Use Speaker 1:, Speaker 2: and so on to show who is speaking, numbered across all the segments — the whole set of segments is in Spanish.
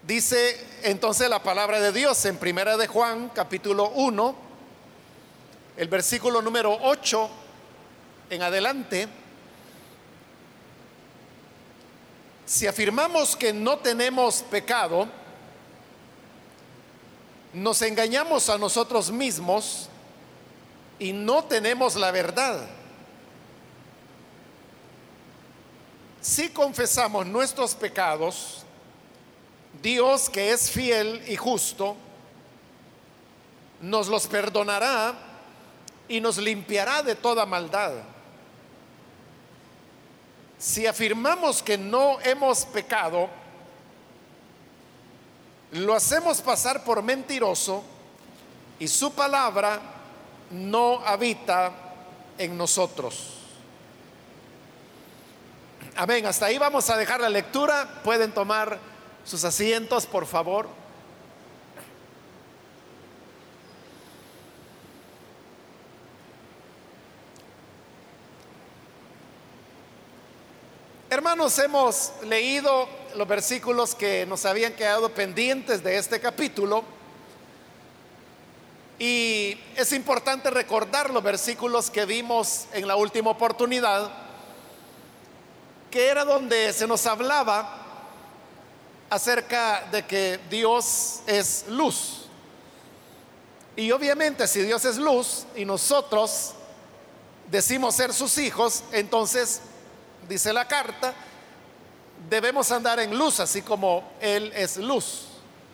Speaker 1: Dice entonces la palabra de Dios en Primera de Juan, capítulo 1, el versículo número 8 en adelante: si afirmamos que no tenemos pecado, nos engañamos a nosotros mismos y no tenemos la verdad. Si confesamos nuestros pecados, Dios, que es fiel y justo, nos los perdonará y nos limpiará de toda maldad. Si afirmamos que no hemos pecado, lo hacemos pasar por mentiroso y su palabra no habita en nosotros. Amén. Hasta ahí vamos a dejar la lectura. Pueden tomar sus asientos, por favor. Hermanos, hemos leído los versículos que nos habían quedado pendientes de este capítulo, y es importante recordar los versículos que vimos en la última oportunidad, que era donde se nos hablaba acerca de que Dios es luz. Y obviamente, si Dios es luz y nosotros decimos ser sus hijos, entonces dice la carta, debemos andar en luz así como Él es luz.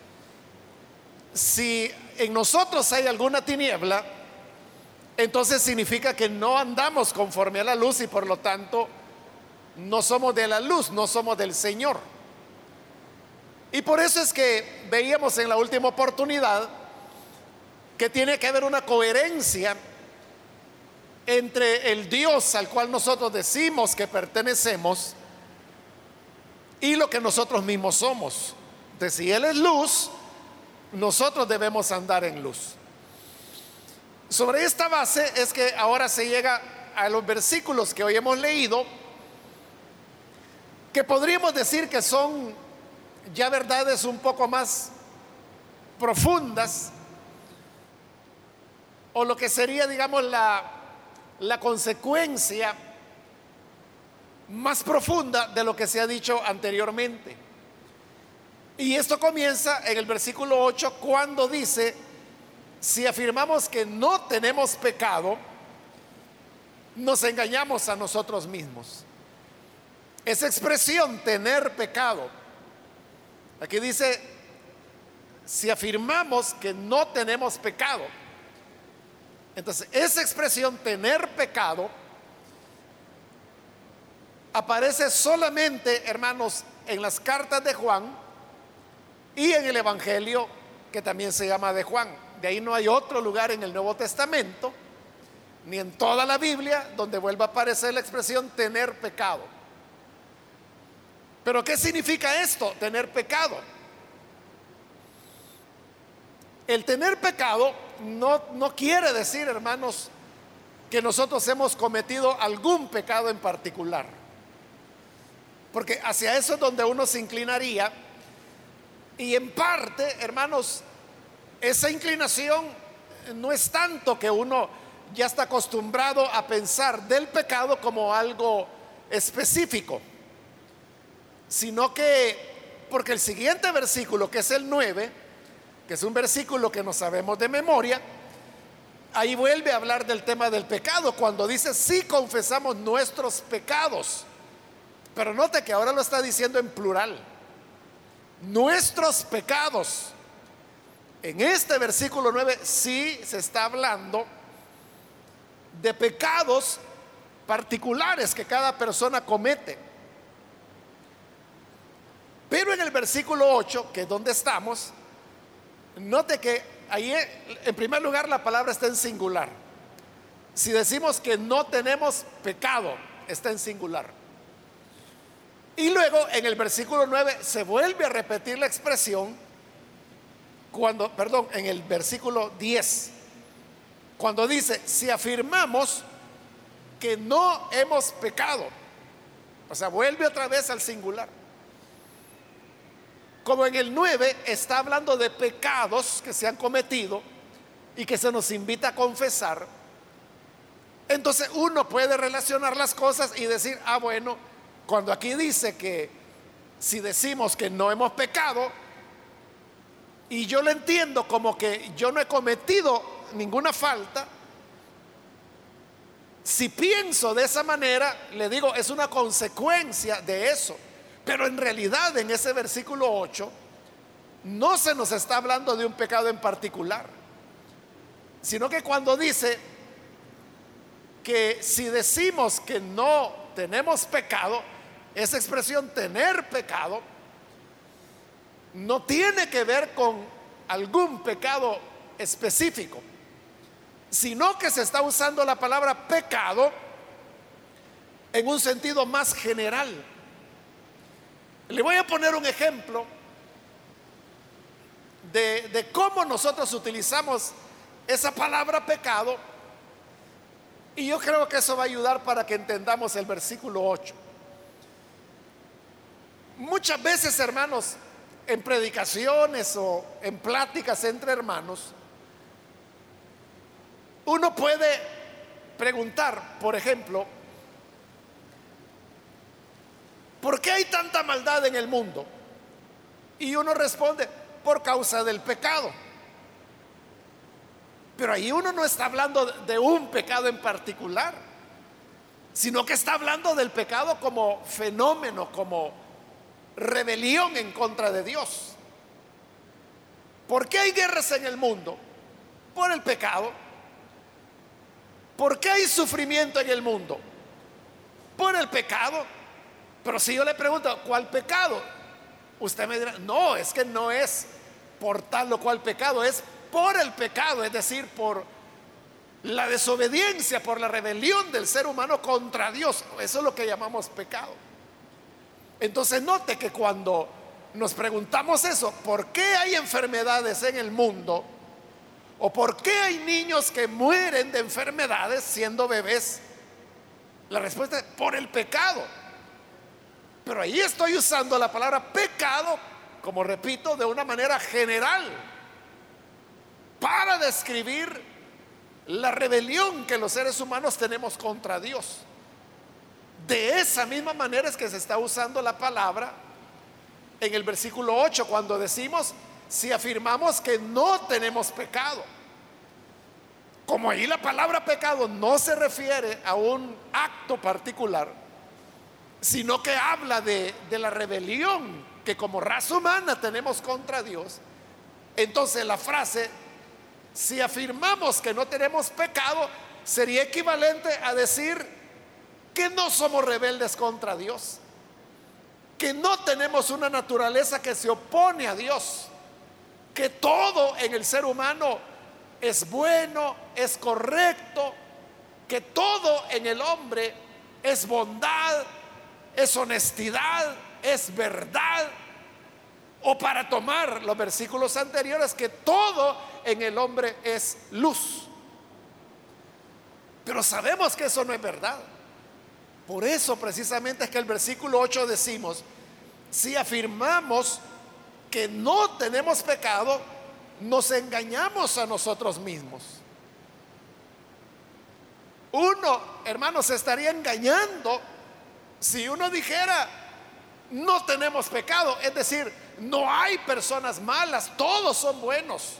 Speaker 1: Si en nosotros hay alguna tiniebla, entonces significa que no andamos conforme a la luz y por lo tanto no somos de la luz, no somos del Señor. Y por eso es que veíamos en la última oportunidad que tiene que haber una coherencia entre el Dios al cual nosotros decimos que pertenecemos y lo que nosotros mismos somos. Entonces, si Él es luz, nosotros debemos andar en luz. Sobre esta base es que ahora se llega a los versículos que hoy hemos leído, que podríamos decir que son ya verdades un poco más profundas, o lo que sería, digamos, la consecuencia más profunda de lo que se ha dicho anteriormente. Y esto comienza en el versículo 8, cuando dice: si afirmamos que no tenemos pecado, nos engañamos a nosotros mismos. Esa expresión, tener pecado, aquí dice: si afirmamos que no tenemos pecado. Entonces, esa expresión, tener pecado, aparece solamente, hermanos, en las cartas de Juan y en el Evangelio, que también se llama de Juan. De ahí no hay otro lugar en el Nuevo Testamento, ni en toda la Biblia, donde vuelva a aparecer la expresión tener pecado. Pero ¿qué significa esto, tener pecado? El tener pecado no quiere decir, hermanos, que nosotros hemos cometido algún pecado en particular, porque hacia eso es donde uno se inclinaría. Y en parte, hermanos, esa inclinación no es tanto que uno ya está acostumbrado a pensar del pecado como algo específico, sino que porque el siguiente versículo, que es el 9, que es un versículo que no sabemos de memoria, ahí vuelve a hablar del tema del pecado, cuando dice: si confesamos nuestros pecados. Pero note que ahora lo está diciendo en plural, nuestros pecados. En este versículo 9 sí se está hablando de pecados particulares que cada persona comete. Pero en el versículo 8, que es donde estamos, note que ahí en primer lugar la palabra está en singular. Si decimos que no tenemos pecado, está en singular. Y luego en el versículo 9 se vuelve a repetir la expresión en el versículo 10, cuando dice: si afirmamos que no hemos pecado. O sea, vuelve otra vez al singular. como en el 9 está hablando de pecados que se han cometido y que se nos invita a confesar, entonces uno puede relacionar las cosas y decir, ah, bueno, cuando aquí dice que si decimos que no hemos pecado, y yo lo entiendo como que yo no he cometido ninguna falta, si pienso de esa manera, le digo, es una consecuencia de eso. Pero en realidad en ese versículo 8 no se nos está hablando de un pecado en particular, sino que cuando dice que si decimos que no tenemos pecado, esa expresión tener pecado no tiene que ver con algún pecado específico, sino que se está usando la palabra pecado en un sentido más general. Le voy a poner un ejemplo de cómo nosotros utilizamos esa palabra pecado, y yo creo que eso va a ayudar para que entendamos el versículo 8. Muchas veces, hermanos, en predicaciones o en pláticas entre hermanos, uno puede preguntar, por ejemplo, ¿por qué hay tanta maldad en el mundo? Y uno responde, por causa del pecado. Pero ahí uno no está hablando de un pecado en particular, sino que está hablando del pecado como fenómeno, como rebelión en contra de Dios. ¿Por qué hay guerras en el mundo? Por el pecado. ¿Por qué hay sufrimiento en el mundo? Por el pecado. Pero si yo le pregunto, ¿cuál pecado? Usted me dirá, no, es que no es por tal o cual pecado, es por el pecado, es decir, por la desobediencia, por la rebelión del ser humano contra Dios. Eso es lo que llamamos pecado. Entonces note que cuando nos preguntamos eso, ¿por qué hay enfermedades en el mundo? ¿O por qué hay niños que mueren de enfermedades siendo bebés? La respuesta es por el pecado. Pero ahí estoy usando la palabra pecado, como repito, de una manera general, para describir la rebelión que los seres humanos tenemos contra Dios. De esa misma manera es que se está usando la palabra en el versículo 8, cuando decimos, si afirmamos que no tenemos pecado. Como ahí la palabra pecado no se refiere a un acto particular, sino que habla de la rebelión que como raza humana tenemos contra Dios, entonces la frase, si afirmamos que no tenemos pecado, sería equivalente a decir que no somos rebeldes contra Dios, que no tenemos una naturaleza que se opone a Dios, que todo en el ser humano es bueno, es correcto, que todo en el hombre es bondad, es honestidad, es verdad. O para tomar los versículos anteriores, que todo en el hombre es luz. Pero sabemos que eso no es verdad. Por eso precisamente es que el versículo 8 decimos, si afirmamos que no tenemos pecado, nos engañamos a nosotros mismos. Uno, hermanos, se estaría engañando si uno dijera, no tenemos pecado, es decir, no hay personas malas, todos son buenos.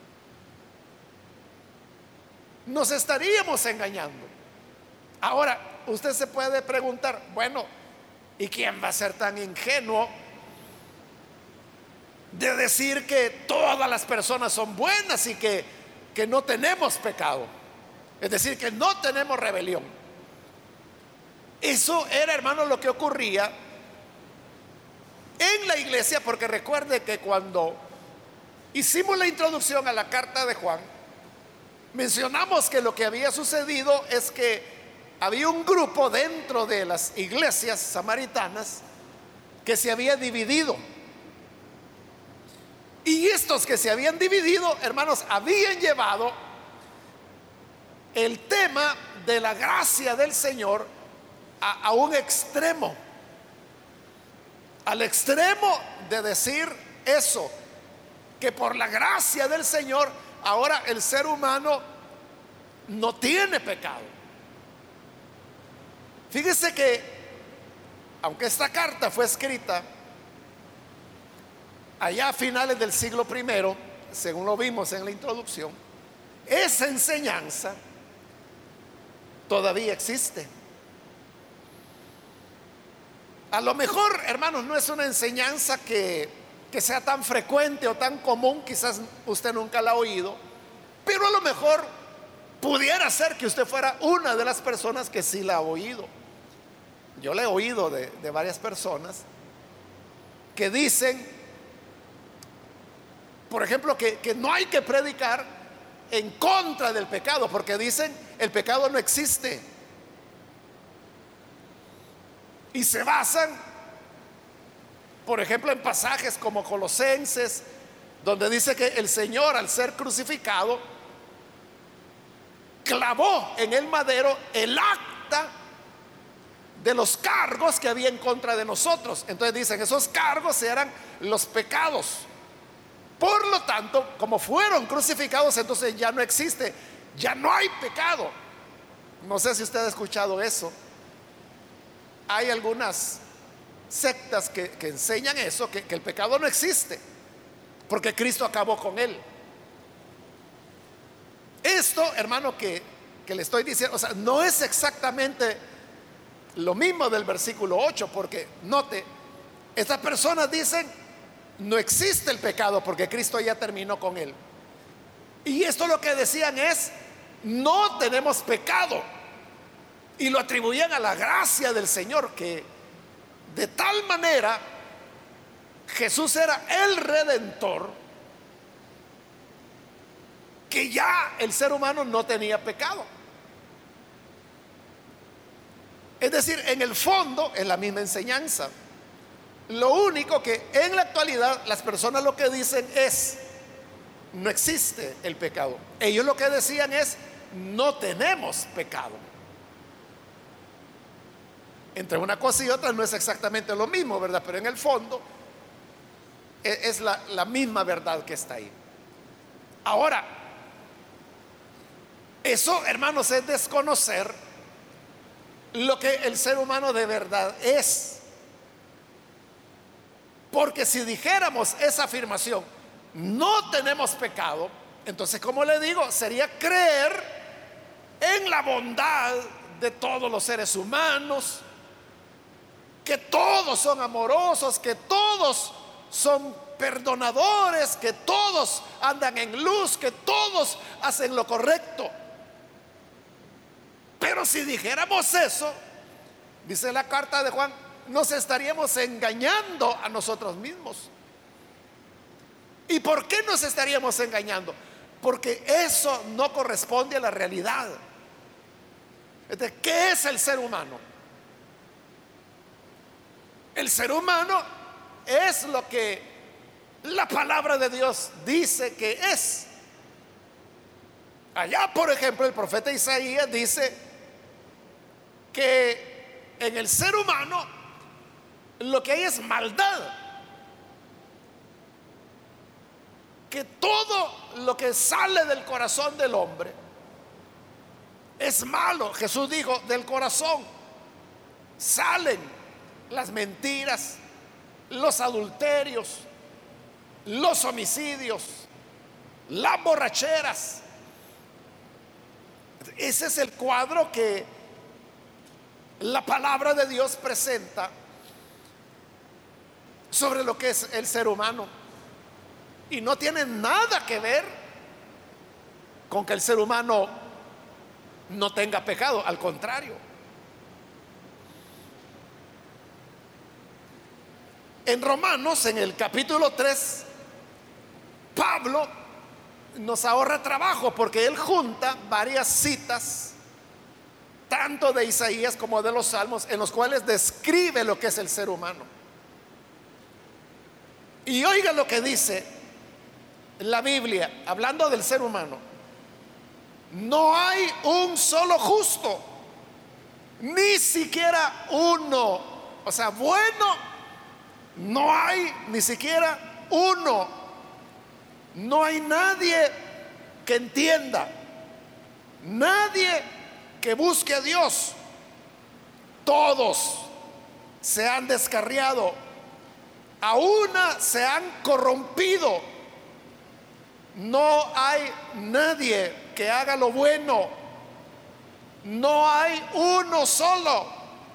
Speaker 1: Nos estaríamos engañando. Ahora, usted se puede preguntar, bueno, ¿y quién va a ser tan ingenuo de decir que todas las personas son buenas y que no tenemos pecado? Es decir, que no tenemos rebelión. Eso era, hermano, lo que ocurría en la iglesia, porque recuerde que cuando hicimos la introducción a la carta de Juan, mencionamos que lo que había sucedido es que había un grupo dentro de las iglesias samaritanas que se había dividido. Y estos que se habían dividido, hermanos, habían llevado el tema de la gracia del Señor a un extremo, al extremo de decir eso, que por la gracia del Señor, ahora el ser humano no tiene pecado. Fíjese que, aunque esta carta fue escrita allá a finales del siglo I, según lo vimos en la introducción, esa enseñanza todavía existe. A lo mejor, hermanos, no es una enseñanza que sea tan frecuente o tan común, quizás usted nunca la ha oído, pero a lo mejor pudiera ser que usted fuera una de las personas que sí la ha oído. Yo la he oído de varias personas que dicen, por ejemplo, que no hay que predicar en contra del pecado, porque dicen el pecado no existe. Y se basan, por ejemplo, en pasajes como Colosenses, donde dice que el Señor, al ser crucificado, clavó en el madero el acta de los cargos que había en contra de nosotros. Entonces dicen, esos cargos eran los pecados. Por lo tanto, como fueron crucificados, entonces ya no existe, ya no hay pecado. No sé si usted ha escuchado eso. Hay algunas sectas que enseñan eso, que el pecado no existe, porque Cristo acabó con él. Esto, hermano, que le estoy diciendo, o sea, no es exactamente lo mismo del versículo 8, porque note, estas personas dicen, no existe el pecado porque Cristo ya terminó con él. Y esto lo que decían es, no tenemos pecado. Y lo atribuían a la gracia del Señor, que de tal manera Jesús era el Redentor, que ya el ser humano no tenía pecado. Es decir, en el fondo es la misma enseñanza. Lo único que en la actualidad las personas lo que dicen es, no existe el pecado. Ellos lo que decían es, no tenemos pecado. Entre una cosa y otra no es exactamente lo mismo, ¿verdad? Pero en el fondo es la misma verdad que está ahí. Ahora, eso, hermanos, es desconocer lo que el ser humano de verdad es. Porque si dijéramos esa afirmación, no tenemos pecado, entonces, como le digo, sería creer en la bondad de todos los seres humanos, que todos son amorosos, que todos son perdonadores, que todos andan en luz, que todos hacen lo correcto. Pero si dijéramos eso, dice la carta de Juan, nos estaríamos engañando a nosotros mismos. ¿Y por qué nos estaríamos engañando? Porque eso no corresponde a la realidad. Entonces, ¿qué es el ser humano? El ser humano es lo que la palabra de Dios dice que es. Allá, por ejemplo, el profeta Isaías dice que en el ser humano lo que hay es maldad, que todo lo que sale del corazón del hombre es malo. Jesús dijo, del corazón salen las mentiras, los adulterios, los homicidios, las borracheras. Ese es el cuadro que la palabra de Dios presenta sobre lo que es el ser humano. Y no tiene nada que ver con que el ser humano no tenga pecado, al contrario. En Romanos, en el capítulo 3, Pablo nos ahorra trabajo porque él junta varias citas, tanto de Isaías como de los Salmos, en los cuales describe lo que es el ser humano. Y oiga lo que dice la Biblia, hablando del ser humano: no hay un solo justo, ni siquiera uno. O sea, bueno, no hay ni siquiera Uno, no hay nadie que entienda, nadie que busque a Dios. Todos se han descarriado, a una se han corrompido. No hay nadie que haga lo bueno, no hay uno solo.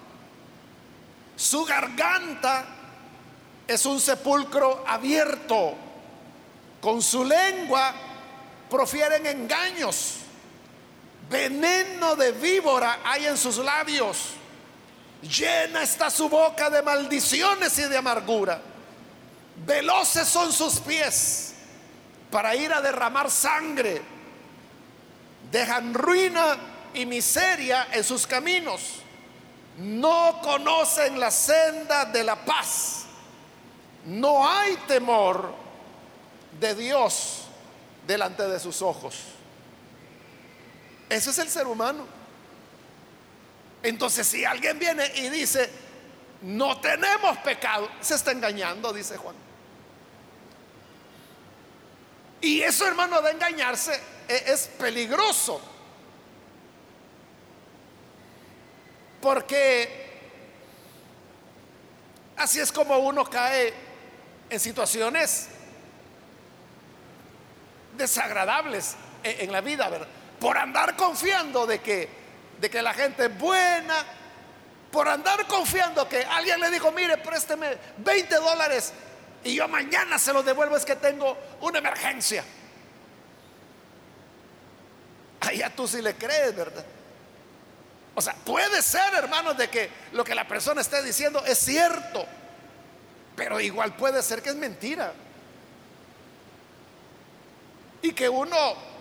Speaker 1: Su garganta es un sepulcro abierto, con su lengua profieren engaños, veneno de víbora hay en sus labios, llena está su boca de maldiciones y de amargura. Veloces son sus pies para ir a derramar sangre, dejan ruina y miseria en sus caminos, no conocen la senda de la paz. No hay temor de Dios delante de sus ojos. Ese es el ser humano. Entonces, si alguien viene y dice no tenemos pecado, se está engañando, dice Juan. Y eso, hermano, de engañarse es peligroso, porque así es como uno cae en situaciones desagradables en la vida, ¿verdad? Por andar confiando de que la gente es buena, por andar confiando que alguien le dijo, mire, présteme $20 y yo mañana se los devuelvo, es que tengo una emergencia. Allá tú sí le crees, ¿verdad? O sea, puede ser, hermanos, de que lo que la persona esté diciendo es cierto, pero igual puede ser que es mentira. Y que uno,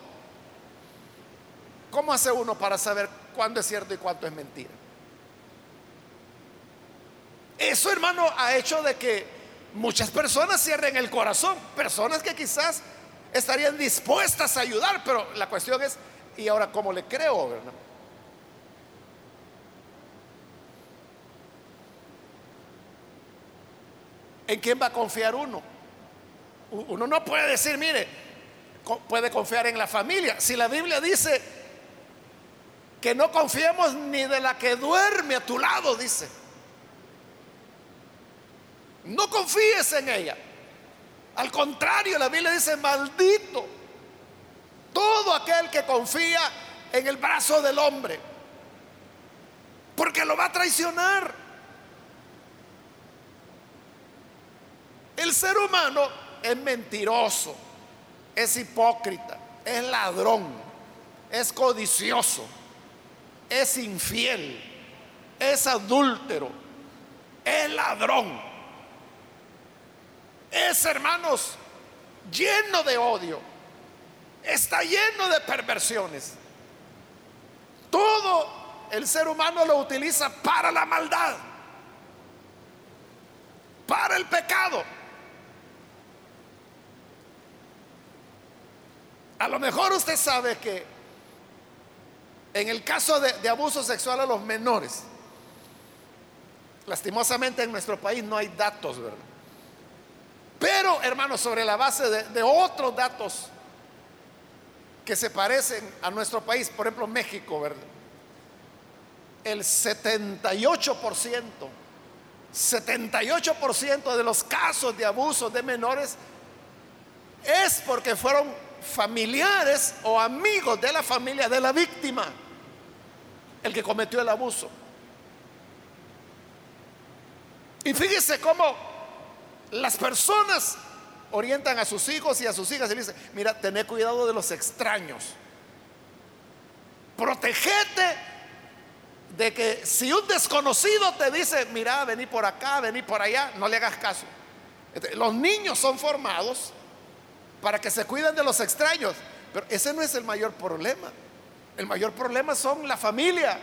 Speaker 1: ¿cómo hace uno para saber cuándo es cierto y cuánto es mentira? Eso, hermano, ha hecho de que muchas personas cierren el corazón, personas que quizás estarían dispuestas a ayudar, pero la cuestión es, ¿y ahora cómo le creo, verdad? ¿En quién va a confiar uno? Uno no puede decir, mire, puede confiar en la familia. Si la Biblia dice que no confiemos ni de la que duerme a tu lado, dice, no confíes en ella. Al contrario, la Biblia dice, maldito todo aquel que confía en el brazo del hombre, porque lo va a traicionar. El ser humano es mentiroso, es hipócrita, es ladrón, es codicioso, es infiel, es adúltero, es ladrón, es, hermanos, lleno de odio, está lleno de perversiones. Todo el ser humano lo utiliza para la maldad, para el pecado. A lo mejor usted sabe que en el caso de abuso sexual a los menores, lastimosamente en nuestro país no hay datos, ¿verdad? Pero, hermanos, sobre la base de otros datos que se parecen a nuestro país, por ejemplo México, ¿verdad? El 78% de los casos de abusos de menores es porque fueron familiares o amigos de la familia de la víctima el que cometió el abuso. Y fíjese cómo las personas orientan a sus hijos y a sus hijas y dicen, mira, tené cuidado de los extraños, protegete de que si un desconocido te dice, mira, vení por acá, vení por allá, no le hagas caso. Los niños son formados para que se cuiden de los extraños, pero ese no es el mayor problema. El mayor problema son la familia.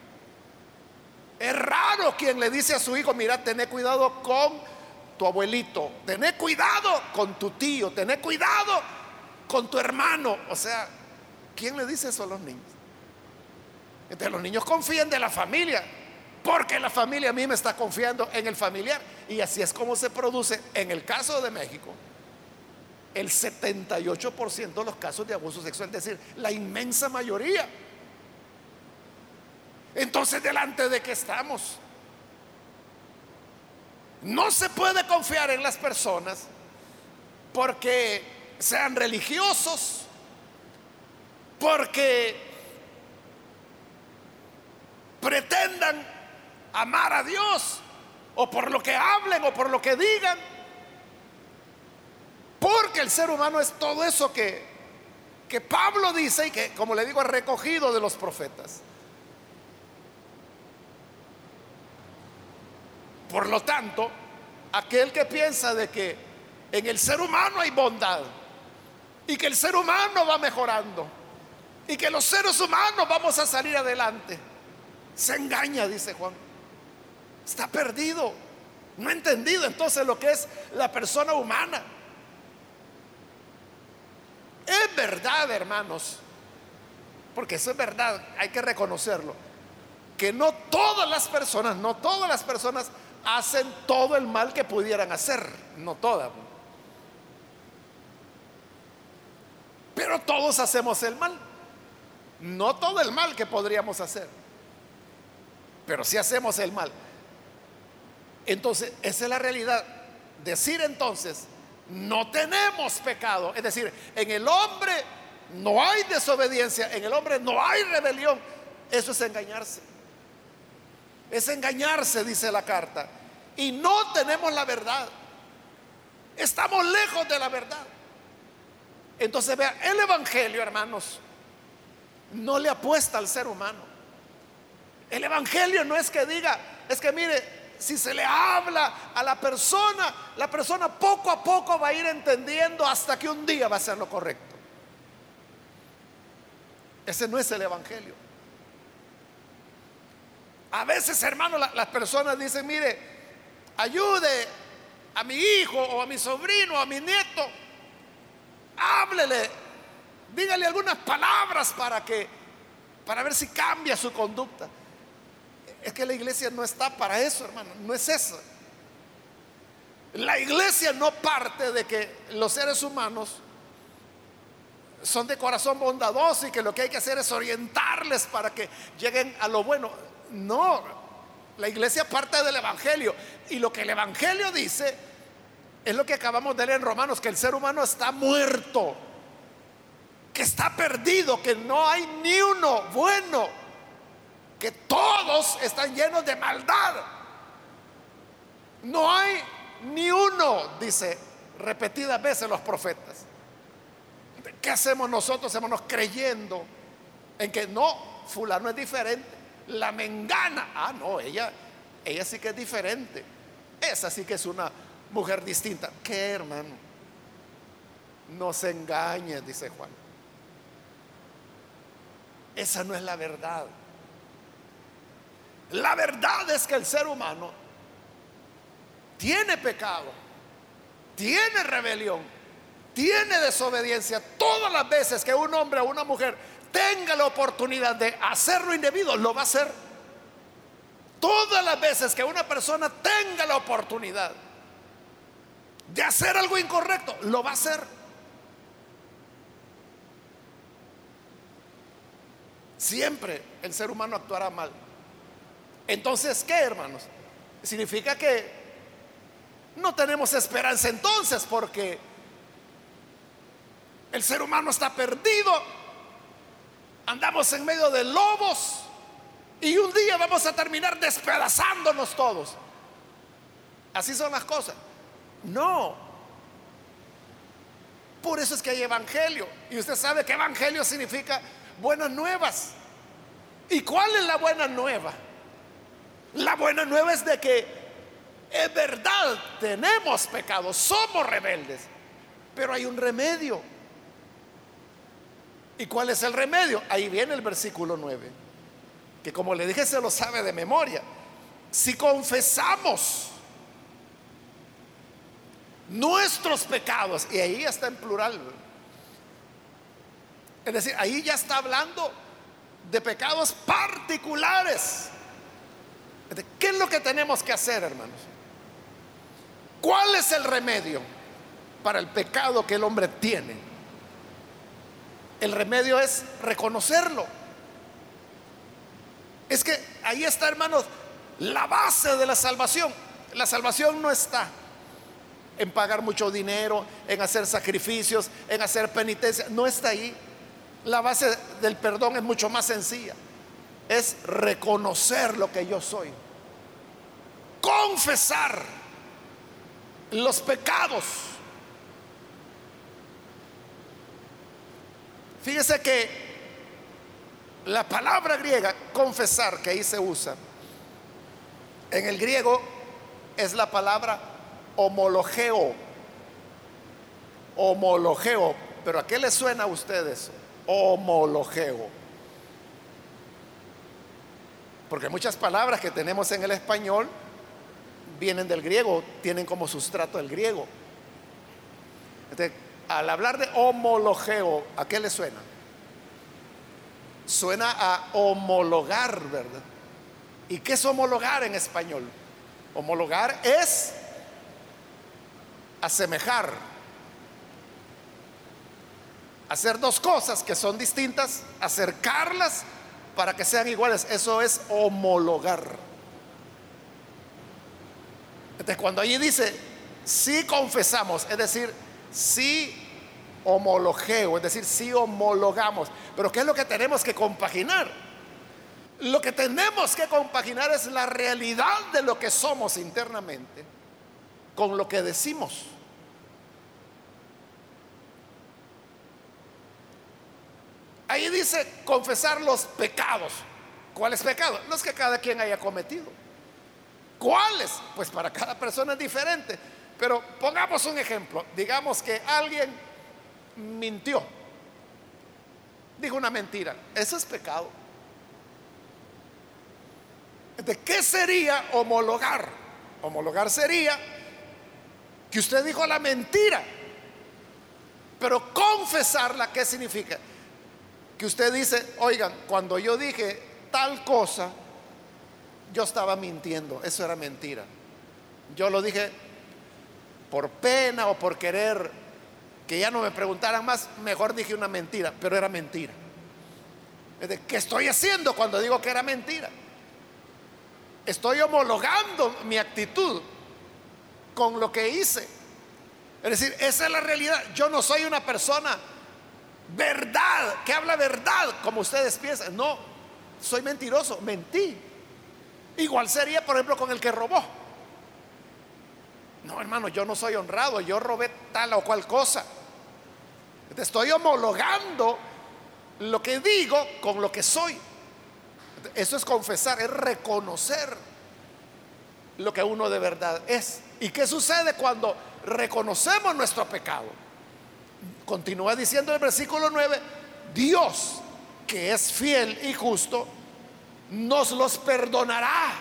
Speaker 1: Es raro quien le dice a su hijo, mira, tené cuidado con tu abuelito, tené cuidado con tu tío, tené cuidado con tu hermano. O sea, ¿quién le dice eso a los niños? Entonces los niños confían de la familia, porque la familia misma está confiando en el familiar. Y así es como se produce, en el caso de México, el 78% de los casos de abuso sexual, es decir, la inmensa mayoría. Entonces, ¿delante de qué estamos? No se puede confiar en las personas porque sean religiosos, porque pretendan amar a Dios, o por lo que hablen o por lo que digan, porque el ser humano es todo eso que Pablo dice y que, como le digo, es recogido de los profetas. Por lo tanto, aquel que piensa de que en el ser humano hay bondad y que el ser humano va mejorando y que los seres humanos vamos a salir adelante, se engaña, dice Juan. Está perdido, no ha entendido entonces lo que es la persona humana. Es verdad, hermanos, porque eso es verdad, hay que reconocerlo, que no todas las personas hacen todo el mal que pudieran hacer, no todas, pero todos hacemos el mal. No todo el mal que podríamos hacer, pero sí hacemos el mal. Entonces, esa es la realidad. Decir entonces, no tenemos pecado, es decir, en el hombre no hay desobediencia, en el hombre no hay rebelión, eso es engañarse. Es engañarse, dice la carta. Y no tenemos la verdad. Estamos lejos de la verdad. Entonces, vea, el evangelio, hermanos, no le apuesta al ser humano. El evangelio no es que diga, es que mire, si se le habla a la persona poco a poco va a ir entendiendo hasta que un día va a hacer lo correcto. Ese no es el evangelio. A veces, hermano, las personas dicen, mire, ayude a mi hijo o a mi sobrino o a mi nieto, háblele, dígale algunas palabras para ver si cambia su conducta. Es que la iglesia no está para eso, hermano, no es eso. La iglesia no parte de que los seres humanos son de corazón bondadoso y que lo que hay que hacer es orientarles para que lleguen a lo bueno. No, la iglesia parte del evangelio, y lo que el evangelio dice es lo que acabamos de leer en Romanos, que el ser humano está muerto, que está perdido, que no hay ni uno bueno, que todos están llenos de maldad. No hay ni uno, dice repetidas veces los profetas. ¿Qué hacemos nosotros, hermanos, creyendo en que no, fulano es diferente? La mengana, no, ella sí que es diferente, esa sí que es una mujer distinta. ¿Qué, hermano? No se engañe, dice Juan. Esa no es la verdad. La verdad es que el ser humano tiene pecado, tiene rebelión, tiene desobediencia. Todas las veces que un hombre o una mujer tenga la oportunidad de hacer lo indebido, lo va a hacer. Todas las veces que una persona tenga la oportunidad de hacer algo incorrecto, lo va a hacer. Siempre el ser humano actuará mal. Entonces, ¿qué, hermanos? Significa que no tenemos esperanza entonces, porque el ser humano está perdido. Andamos en medio de lobos y un día vamos a terminar despedazándonos todos. Así son las cosas. No. Por eso es que hay evangelio. Y usted sabe que evangelio significa buenas nuevas. ¿Y cuál es la buena nueva? La buena nueva es de que es verdad, tenemos pecados, somos rebeldes, pero hay un remedio. ¿Y cuál es el remedio? Ahí viene el versículo 9, que como le dije se lo sabe de memoria. Si confesamos nuestros pecados, y ahí está en plural, es decir, ahí ya está hablando de pecados particulares. ¿Qué es lo que tenemos que hacer, hermanos? ¿Cuál es el remedio? para el pecado que el hombre tiene. El remedio es reconocerlo. Es que ahí está, hermanos, la base de la salvación. La salvación no está en pagar mucho dinero, en hacer sacrificios, en hacer penitencia. No está ahí. La base del perdón es mucho más sencilla. Es reconocer lo que yo soy. Confesar los pecados. Fíjese que la palabra griega confesar, que ahí se usa, en el griego es la palabra homologeo. Homologeo. ¿Pero a qué le suena a ustedes? Homologeo. Porque muchas palabras que tenemos en el español vienen del griego, tienen como sustrato el griego. Entonces, al hablar de homologeo, ¿a qué le suena? Suena a homologar, ¿verdad? ¿Y qué es homologar en español? Homologar es asemejar, hacer dos cosas que son distintas, acercarlas para que sean iguales. Eso es homologar. Entonces, cuando allí dice si confesamos, es decir, si homologeo, es decir, si homologamos. Pero ¿qué es lo que tenemos que compaginar? Lo que tenemos que compaginar es la realidad de lo que somos internamente con lo que decimos. Ahí dice confesar los pecados. ¿Cuáles pecados? Los que cada quien haya cometido. ¿Cuáles? Pues para cada persona es diferente. Pero pongamos un ejemplo. Digamos que alguien mintió, dijo una mentira. Eso es pecado. ¿De qué sería homologar? Homologar sería que usted dijo la mentira, pero confesarla, ¿qué significa? Que usted dice, oigan, cuando yo dije tal cosa, yo estaba mintiendo, eso era mentira. Yo lo dije por pena o por querer que ya no me preguntaran más, mejor dije una mentira, pero era mentira. ¿Qué estoy haciendo cuando digo que era mentira? Estoy homologando mi actitud con lo que hice. Es decir, esa es la realidad. Yo no soy una persona verdad, que habla verdad como ustedes piensan. No, soy mentiroso, mentí. Igual sería, por ejemplo, con el que robó. No, hermano, yo no soy honrado, yo robé tal o cual cosa. Estoy homologando lo que digo con lo que soy. Eso es confesar, es reconocer lo que uno de verdad es. ¿Y qué sucede cuando reconocemos nuestro pecado? Continúa diciendo el versículo 9: Dios, que es fiel y justo, nos los perdonará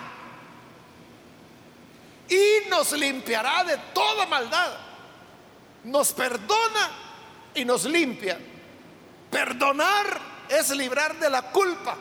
Speaker 1: y nos limpiará de toda maldad. Nos perdona y nos limpia. Perdonar es librar de la culpa,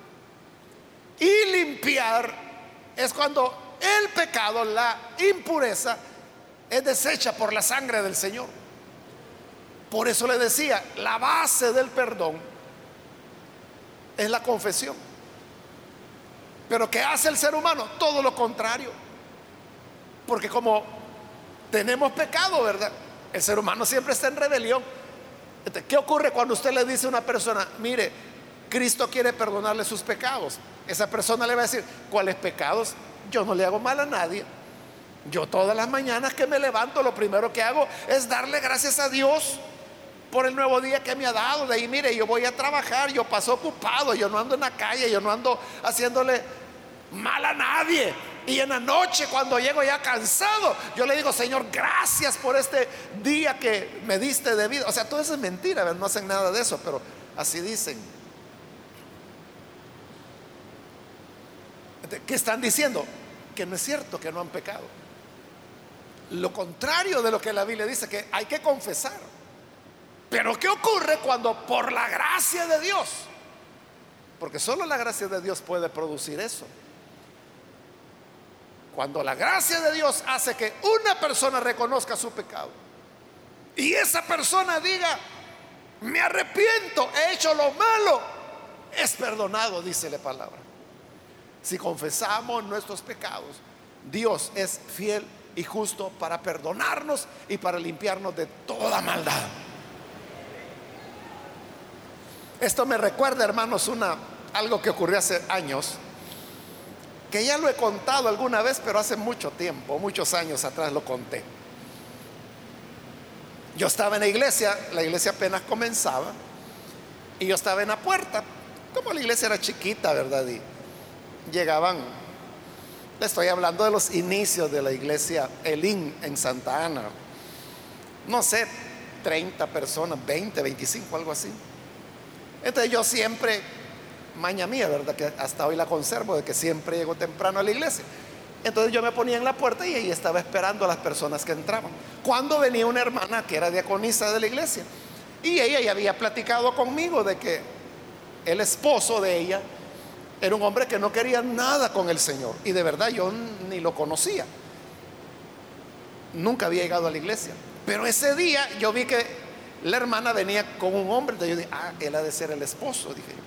Speaker 1: y limpiar es cuando el pecado, la impureza, es deshecha por la sangre del Señor. Por eso le decía, la base del perdón es la confesión. Pero ¿qué hace el ser humano? Todo lo contrario. Porque como tenemos pecado, ¿verdad? El ser humano siempre está en rebelión. Entonces, ¿qué ocurre cuando usted le dice a una persona, mire, Cristo quiere perdonarle sus pecados? Esa persona le va a decir, ¿cuáles pecados? Yo no le hago mal a nadie. Yo todas las mañanas que me levanto, lo primero que hago es darle gracias a Dios por el nuevo día que me ha dado. De ahí, mire, yo voy a trabajar, yo paso ocupado, yo no ando en la calle, yo no ando haciéndole mal a nadie. Y en la noche, cuando llego ya cansado, yo le digo, Señor, gracias por este día que me diste de vida. O sea, todo eso es mentira, ¿verdad? No hacen nada de eso, pero así dicen. ¿Qué están diciendo? Que no es cierto, que no han pecado. Lo contrario de lo que la Biblia dice, que hay que confesar. Pero ¿qué ocurre cuando por la gracia de Dios? Porque solo la gracia de Dios puede producir eso. Cuando la gracia de Dios hace que una persona reconozca su pecado y esa persona diga: me arrepiento, he hecho lo malo, es perdonado, dice la palabra. Si confesamos nuestros pecados, Dios es fiel y justo para perdonarnos y para limpiarnos de toda maldad. Esto me recuerda, hermanos, algo que ocurrió hace años, que ya lo he contado alguna vez, pero hace mucho tiempo, muchos años atrás lo conté. Yo estaba en la iglesia apenas comenzaba, y yo estaba en la puerta. Como la iglesia era chiquita, ¿verdad? Y llegaban, le estoy hablando de los inicios de la iglesia Elín en Santa Ana, no sé, 30 personas, 20, 25, algo así. Entonces yo siempre, maña mía, ¿verdad?, que hasta hoy la conservo, de que siempre llego temprano a la iglesia. Entonces yo me ponía en la puerta y ahí estaba esperando a las personas que entraban. Cuando venía una hermana que era diaconisa de la iglesia, y ella ya había platicado conmigo de que el esposo de ella era un hombre que no quería nada con el Señor, y de verdad yo ni lo conocía, nunca había llegado a la iglesia. Pero ese día yo vi que la hermana venía con un hombre, entonces yo dije: él ha de ser el esposo, dije yo.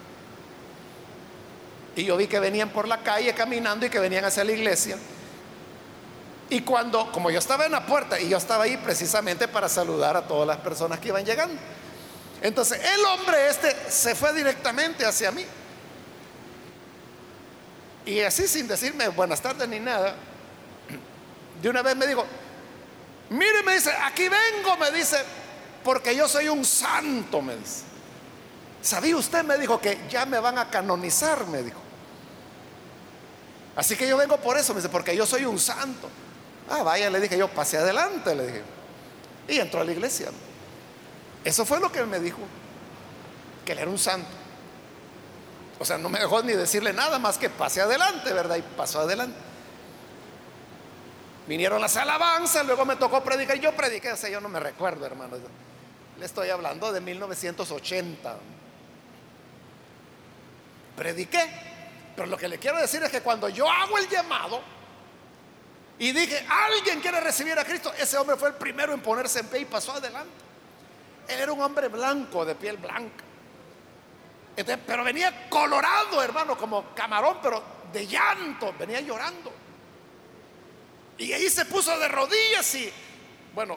Speaker 1: Y yo vi que venían por la calle caminando y que venían hacia la iglesia. Y como yo estaba en la puerta y yo estaba ahí precisamente para saludar a todas las personas que iban llegando, entonces el hombre se fue directamente hacia mí. Y así, sin decirme buenas tardes ni nada, de una vez me dijo: mire, me dice, aquí vengo, me dice, porque yo soy un santo, me dice. ¿Sabía usted? Me dijo que ya me van a canonizar, me dijo. Así que yo vengo por eso, me dice, porque yo soy un santo. Vaya, le dije yo, pase adelante, le dije. Y entró a la iglesia. Eso fue lo que él me dijo, que él era un santo. O sea, no me dejó ni decirle nada más que pase adelante, ¿verdad? Y pasó adelante. Vinieron las alabanzas, luego me tocó predicar. Yo prediqué, o sea, yo no me recuerdo, hermano. Le estoy hablando de 1980. Prediqué. Pero lo que le quiero decir es que cuando yo hago el llamado y dije: alguien quiere recibir a Cristo, ese hombre fue el primero en ponerse en pie y pasó adelante. Él era un hombre blanco, de piel blanca. Entonces, pero venía colorado, hermano, como camarón, pero de llanto, venía llorando. Y ahí se puso de rodillas y, bueno,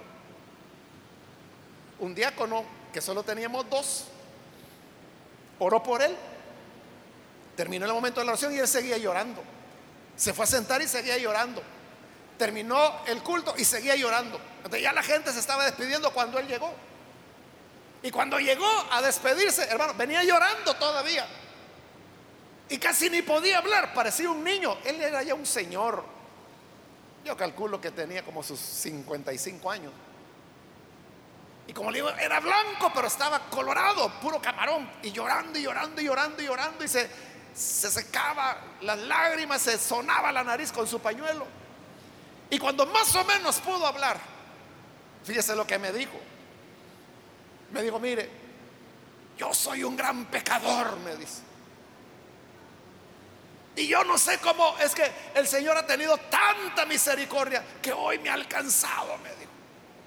Speaker 1: un diácono, que solo teníamos dos, oró por él. Terminó el momento de la oración y él seguía llorando. Se fue a sentar y seguía llorando. Terminó el culto y seguía llorando. Entonces ya la gente se estaba despidiendo cuando él llegó. Y cuando llegó a despedirse, hermano, venía llorando todavía. Y casi ni podía hablar, parecía un niño. Él era ya un señor. Yo calculo que tenía como sus 55 años. Y como le digo, era blanco, pero estaba colorado, puro camarón. Y llorando, y llorando, y llorando, y llorando. Y se secaba las lágrimas, se sonaba la nariz con su pañuelo. Y cuando más o menos pudo hablar, fíjese lo que me dijo. Me dijo: mire, yo soy un gran pecador, me dice. Y yo no sé cómo es que el Señor ha tenido tanta misericordia que hoy me ha alcanzado, me dijo.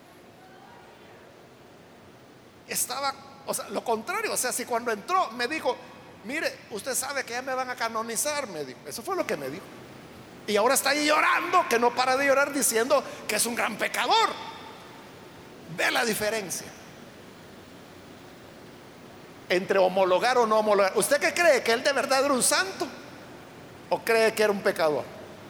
Speaker 1: Estaba, o sea, lo contrario, o sea, si cuando entró me dijo: mire, usted sabe que ya me van a canonizar, me dijo. Eso fue lo que me dijo. Y ahora está ahí llorando, que no para de llorar, diciendo que es un gran pecador. Ve la diferencia entre homologar o no homologar. ¿Usted qué cree? ¿Que él de verdad era un santo o cree que era un pecador?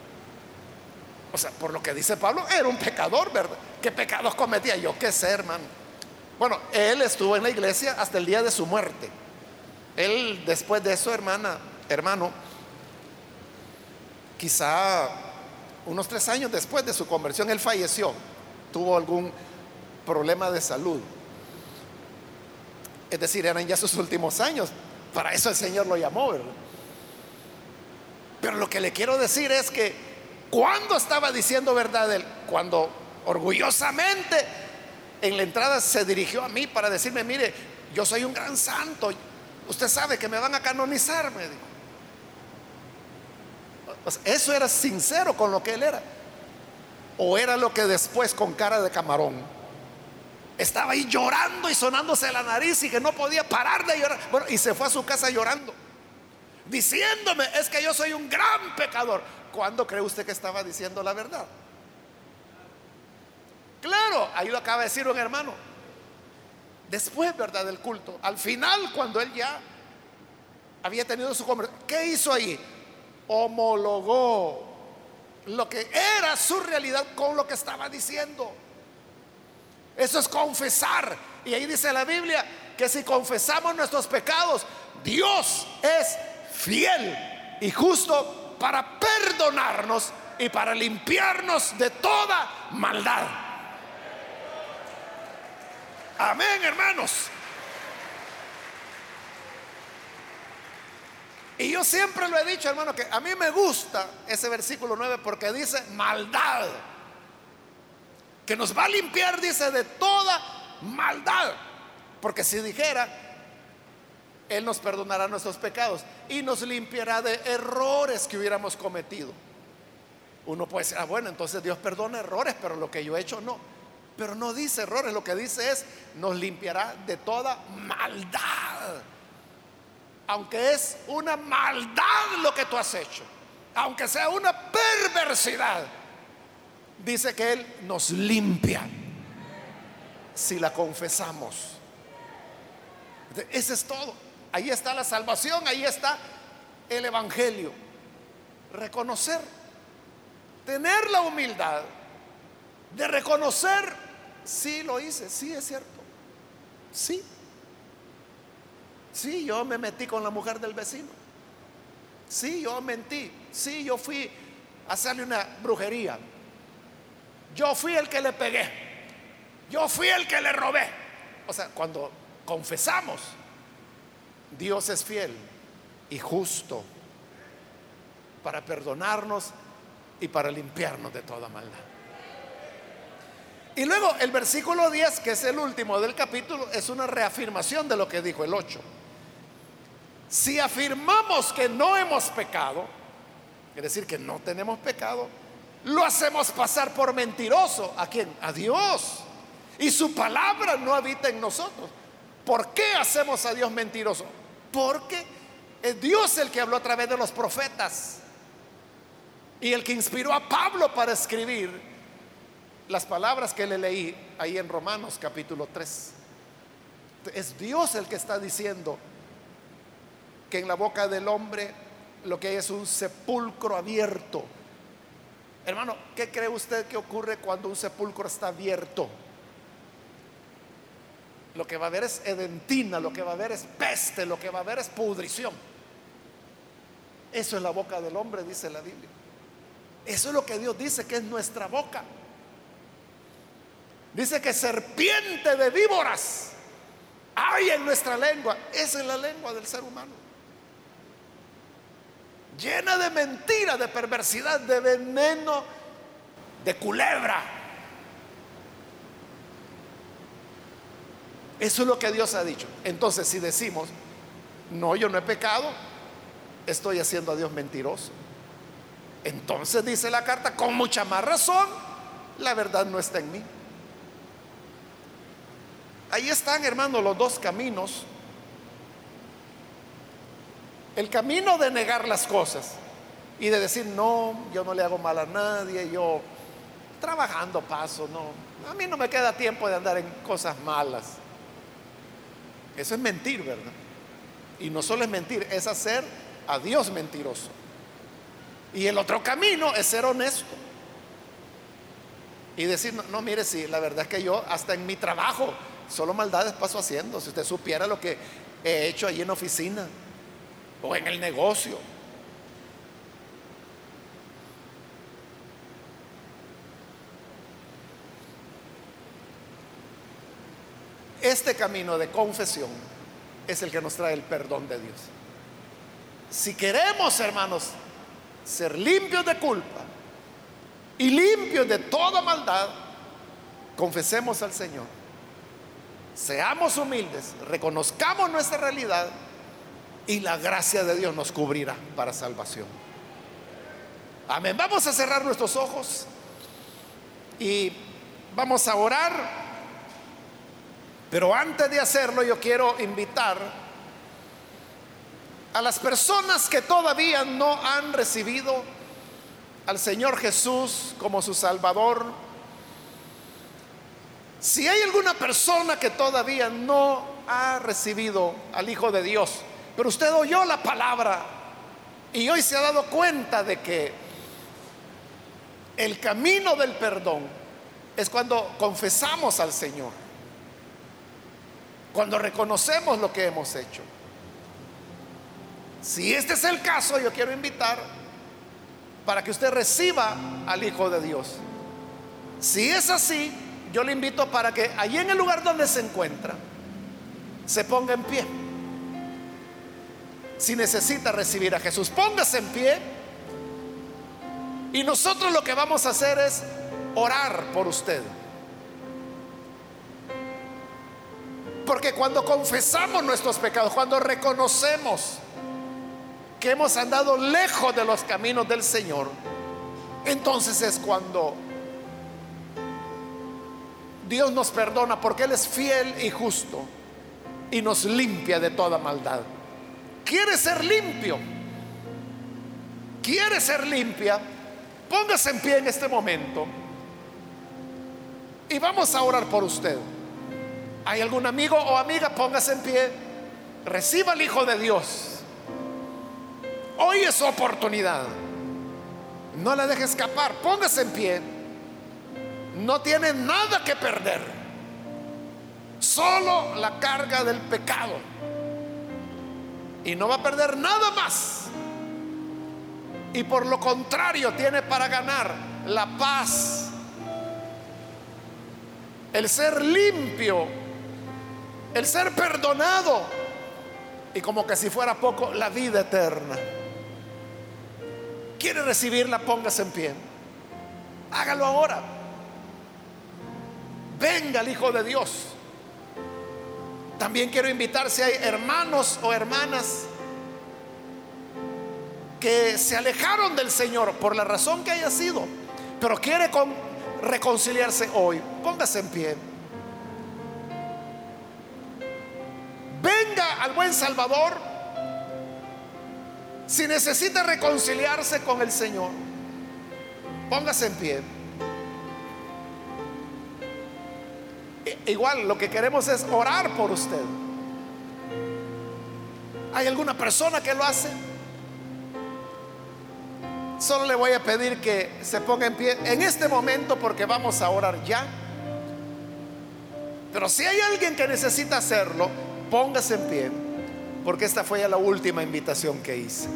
Speaker 1: O sea, por lo que dice Pablo, era un pecador, ¿verdad? ¿Qué pecados cometía? Yo qué sé, hermano. Bueno, él estuvo en la iglesia hasta el día de su muerte. Él, después de eso, hermano, quizá unos 3 años después de su conversión, él falleció. Tuvo algún problema de salud. Es decir, eran ya sus últimos años. Para eso el Señor lo llamó, ¿verdad? Pero lo que le quiero decir es que cuando estaba diciendo verdad él, cuando orgullosamente en la entrada se dirigió a mí para decirme: mire, yo soy un gran santo, usted sabe que me van a canonizar, me dijo. O sea, ¿eso era sincero con lo que él era? ¿O era lo que después, con cara de camarón, Estaba ahí llorando y sonándose la nariz y que no podía parar de llorar. Bueno, y se fue a su casa llorando, diciéndome, es que yo soy un gran pecador. ¿Cuándo cree usted que estaba diciendo la verdad? Claro, ahí lo acaba de decir un hermano. Después, ¿verdad?, del culto, al final, cuando él ya había tenido su conversación, ¿qué hizo ahí? Homologó lo que era su realidad con lo que estaba diciendo. Eso es confesar. Y ahí dice la Biblia que si confesamos nuestros pecados, Dios es fiel y justo para perdonarnos y para limpiarnos de toda maldad. Amén, hermanos. Y yo siempre lo he dicho, hermano, que a mí me gusta ese versículo 9 porque dice maldad, que nos va a limpiar, dice, de toda maldad. Porque si dijera, Él nos perdonará nuestros pecados y nos limpiará de errores que hubiéramos cometido. Uno puede decir, bueno, entonces Dios perdona errores, pero lo que yo he hecho no. Pero no dice errores, lo que dice es, nos limpiará de toda maldad. Aunque es una maldad lo que tú has hecho, aunque sea una perversidad, dice que Él nos limpia si la confesamos. Ese es todo. Ahí está la salvación, ahí está el evangelio. Reconocer, tener la humildad de reconocer, sí lo hice, sí es cierto, sí, yo me metí con la mujer del vecino, sí, yo mentí, sí, yo fui a hacerle una brujería, yo fui el que le pegué, yo fui el que le robé. O sea, cuando confesamos, Dios es fiel y justo para perdonarnos y para limpiarnos de toda maldad. Y luego el versículo 10, que es el último del capítulo, es una reafirmación de lo que dijo el 8. Si afirmamos que no hemos pecado, es decir, que no tenemos pecado, lo hacemos pasar por mentiroso. ¿A quién? A Dios. Y su palabra no habita en nosotros. ¿Por qué hacemos a Dios mentiroso? Porque es Dios el que habló a través de los profetas y el que inspiró a Pablo para escribir las palabras que le leí ahí en Romanos capítulo 3. Es Dios el que está diciendo que en la boca del hombre lo que hay es un sepulcro abierto. Hermano, ¿qué cree usted que ocurre cuando un sepulcro está abierto? Lo que va a haber es edentina, lo que va a haber es peste, lo que va a haber es pudrición. Eso es la boca del hombre, dice la Biblia. Eso es lo que Dios dice que es nuestra boca. Dice que serpiente de víboras hay en nuestra lengua. Esa es la lengua del ser humano, llena de mentira, de perversidad, de veneno, de culebra. Eso es lo que Dios ha dicho. Entonces, si decimos, no, yo no he pecado, estoy haciendo a Dios mentiroso. Entonces dice la carta, con mucha más razón, la verdad no está en mí. Ahí están, hermanos, los dos caminos. El camino de negar las cosas y de decir, no, yo no le hago mal a nadie, yo trabajando paso, no, a mí no me queda tiempo de andar en cosas malas. Eso es mentir, ¿verdad? Y no solo es mentir, es hacer a Dios mentiroso. Y el otro camino es ser honesto y decir, no, no, mire, sí, la verdad es que yo hasta en mi trabajo solo maldades paso haciendo. Si usted supiera lo que he hecho allí en la oficina o en el negocio. Este camino de confesión es el que nos trae el perdón de Dios. Si queremos, hermanos, ser limpios de culpa y limpios de toda maldad, confesemos al Señor, seamos humildes, reconozcamos nuestra realidad y la gracia de Dios nos cubrirá para salvación. Amén. Vamos a cerrar nuestros ojos y vamos a orar. Pero antes de hacerlo, yo quiero invitar a las personas que todavía no han recibido al Señor Jesús como su Salvador. Si hay alguna persona que todavía no ha recibido al Hijo de Dios, pero usted oyó la palabra y hoy se ha dado cuenta de que el camino del perdón es cuando confesamos al Señor, cuando reconocemos lo que hemos hecho. Si este es el caso, yo quiero invitar para que usted reciba al Hijo de Dios. Si es así, yo le invito para que allí en el lugar donde se encuentra se ponga en pie. Si necesita recibir a Jesús, póngase en pie. Y nosotros lo que vamos a hacer es orar por usted. Porque cuando confesamos nuestros pecados, cuando reconocemos que hemos andado lejos de los caminos del Señor, entonces es cuando Dios nos perdona, porque Él es fiel y justo y nos limpia de toda maldad. ¿Quiere ser limpio? ¿Quiere ser limpia? Póngase en pie en este momento y vamos a orar por usted. ¿Hay algún amigo o amiga? Póngase en pie. Reciba al Hijo de Dios. Hoy es su oportunidad. No la deje escapar. Póngase en pie. No tiene nada que perder, solo la carga del pecado, y no va a perder nada más. Y por lo contrario, tiene para ganar la paz, el ser limpio, el ser perdonado, y como que si fuera poco, la vida eterna. ¿Quiere recibirla? Póngase en pie. Hágalo ahora. Venga el Hijo de Dios. También quiero invitar, si hay hermanos o hermanas que se alejaron del Señor por la razón que haya sido, pero quiere reconciliarse hoy, póngase en pie. Venga al buen Salvador. Si necesita reconciliarse con el Señor, póngase en pie. Igual lo que queremos es orar por usted. ¿Hay alguna persona que lo hace? Solo le voy a pedir que se ponga en pie en este momento, porque vamos a orar ya. Pero si hay alguien que necesita hacerlo, póngase en pie, porque esta fue ya la última invitación que hice.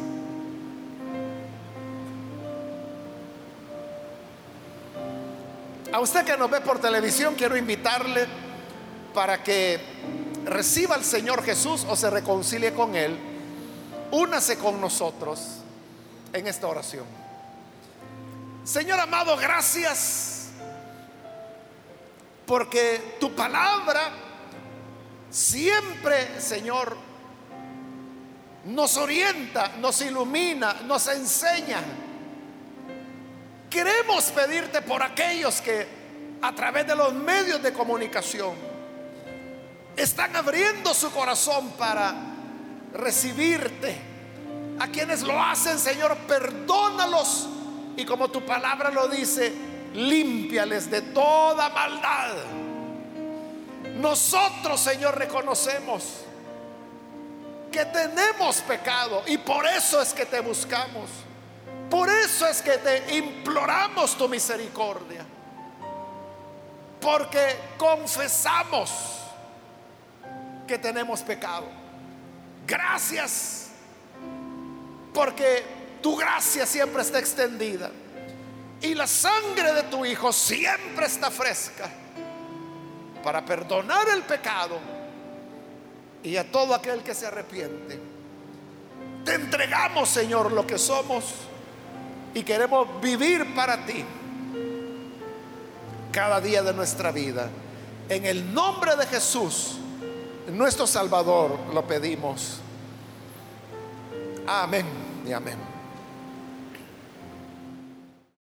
Speaker 1: A usted que nos ve por televisión, quiero invitarle para que reciba al Señor Jesús o se reconcilie con Él. Únase con nosotros en esta oración. Señor amado, gracias porque tu palabra siempre, Señor, nos orienta, nos ilumina, nos enseña. Queremos pedirte por aquellos que a través de los medios de comunicación están abriendo su corazón para recibirte. A quienes lo hacen, Señor, perdónalos, y como tu palabra lo dice, límpiales de toda maldad. Nosotros, Señor, reconocemos que tenemos pecado y por eso es que te buscamos. Por eso es que te imploramos tu misericordia, porque confesamos que tenemos pecado. Gracias, porque tu gracia siempre está extendida y la sangre de tu Hijo siempre está fresca para perdonar el pecado y a todo aquel que se arrepiente. Te entregamos, Señor, lo que somos y queremos vivir para ti cada día de nuestra vida. En el nombre de Jesús, nuestro Salvador, lo pedimos. Amén y amén.